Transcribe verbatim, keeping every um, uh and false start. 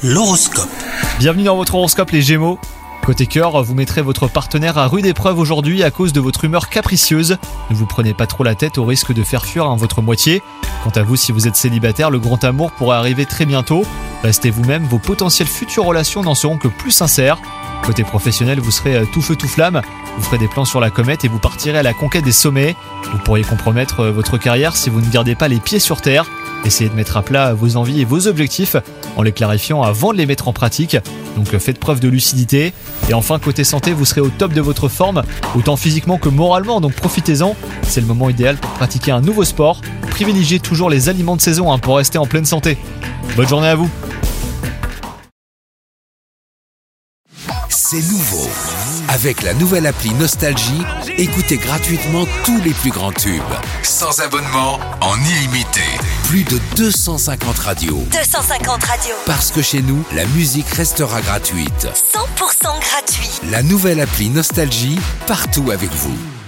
L'horoscope. Bienvenue dans votre horoscope les Gémeaux. Côté cœur, vous mettrez votre partenaire à rude épreuve aujourd'hui à cause de votre humeur capricieuse. Ne vous prenez pas trop la tête au risque de faire fuir hein, votre moitié. Quant à vous, si vous êtes célibataire, le grand amour pourrait arriver très bientôt. Restez vous-même, vos potentielles futures relations n'en seront que plus sincères. Côté professionnel, vous serez tout feu tout flamme. Vous ferez des plans sur la comète et vous partirez à la conquête des sommets. Vous pourriez compromettre votre carrière si vous ne gardez pas les pieds sur terre. Essayez de mettre à plat vos envies et vos objectifs en les clarifiant avant de les mettre en pratique. Donc faites preuve de lucidité. Et enfin, côté santé, vous serez au top de votre forme, autant physiquement que moralement, donc profitez-en. C'est le moment idéal pour pratiquer un nouveau sport. Privilégiez toujours les aliments de saison hein, pour rester en pleine santé. Bonne journée à vous. C'est nouveau. Avec la nouvelle appli Nostalgie, écoutez gratuitement tous les plus grands tubes. Sans abonnement, en illimité. Plus de deux cent cinquante radios. deux cent cinquante radios. Parce que chez nous, la musique restera gratuite. cent pour cent gratuit. La nouvelle appli Nostalgie, partout avec vous.